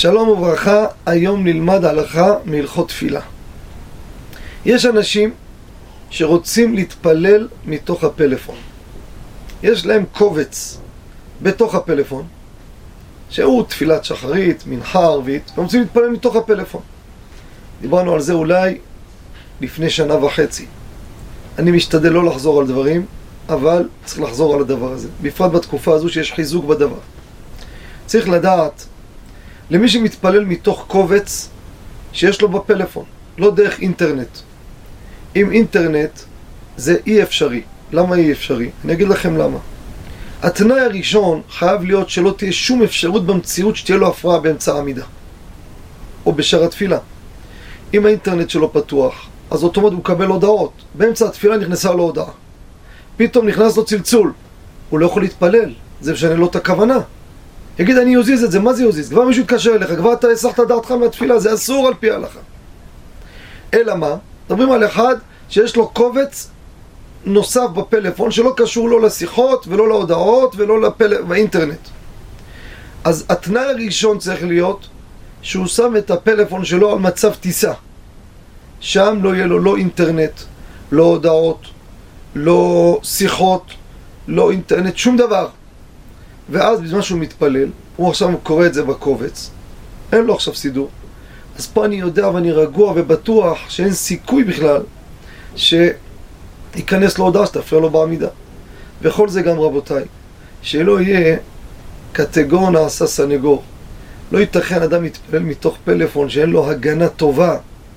שלום וברכה, היום נלמד הלכה מהלכות תפילה. יש אנשים שרוצים להתפלל מתוך הפלאפון. יש להם קובץ בתוך הפלאפון, שהוא תפילת שחרית, מנחה ערבית, והם רוצים להתפלל מתוך הפלאפון. דיברנו על זה אולי לפני 1.5 שנה. אני משתדל לא לחזור על דברים, אבל צריך לחזור על הדבר הזה, בפרט בתקופה הזו שיש חיזוק בדבר. צריך לדעת, למי שמתפלל מתוך קובץ שיש לו בפלאפון, לא דרך אינטרנט. עם אינטרנט זה אי אפשרי. למה אי אפשרי? אני אגיד לכם למה. התנאי הראשון חייב להיות שלא תהיה שום אפשרות במציאות שתהיה לו הפרעה באמצע העמידה או בשער התפילה. אם האינטרנט שלו פתוח, אז אוטומט הוא מקבל הודעות. באמצע התפילה נכנסה לו הודעה, פתאום נכנס לו צלצול, הוא לא יכול להתפלל. זה משנה לו את הכוונה. יגיד אני יוזיז את זה, מה זה יוזיז? כבר מישהו יתקשר אליך, כבר אתה הסחת דעתך מהתפילה, זה אסור על פי ההלכה. אלא מה? מדברים על אחד שיש לו קובץ נוסף בפלאפון שלא קשור לא לשיחות ולא להודעות ולא באינטרנט. אז התנאי הראשון צריך להיות שהוא שם את הפלאפון שלו על מצב טיסה. שם לא יהיה לו לא אינטרנט, לא הודעות, לא שיחות, לא אינטרנט, שום דבר. ואז בזמן שהוא מתפלל, הוא עכשיו קורא את זה בקובץ, אין לו עכשיו סידור. אז פה אני יודע ואני רגוע ובטוח שאין סיכוי בכלל שייכנס להודעה שתפריע לו בעמידה. וכל זה גם רבותיי, שלא יהיה קטגור נעשה סנגור. לא ייתכן אדם מתפלל מתוך פלאפון שאין לו הגנה טובה.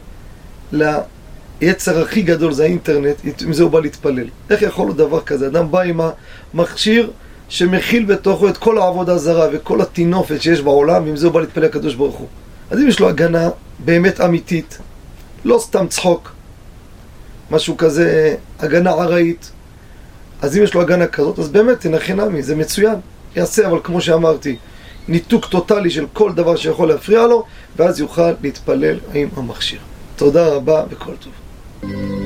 ליצר הכי גדול זה האינטרנט, עם זה הוא בא להתפלל. איך יכול להיות דבר כזה? אדם בא עם המכשיר שמכיל בתוכו את כל העבודה זרה וכל התינופת שיש בעולם, ועם זה הוא בא להתפלל הקדוש ברוך הוא. אז אם יש לו הגנה באמת אמיתית, לא סתם צחוק, משהו כזה, הגנה עראית, אז אם יש לו הגנה כזאת, אז באמת תנחי נמי, זה מצוין. יעשה, אבל כמו שאמרתי, ניתוק טוטלי של כל דבר שיכול להפריע לו, ואז יוכל להתפלל עם המכשיר. תודה רבה וכל טוב.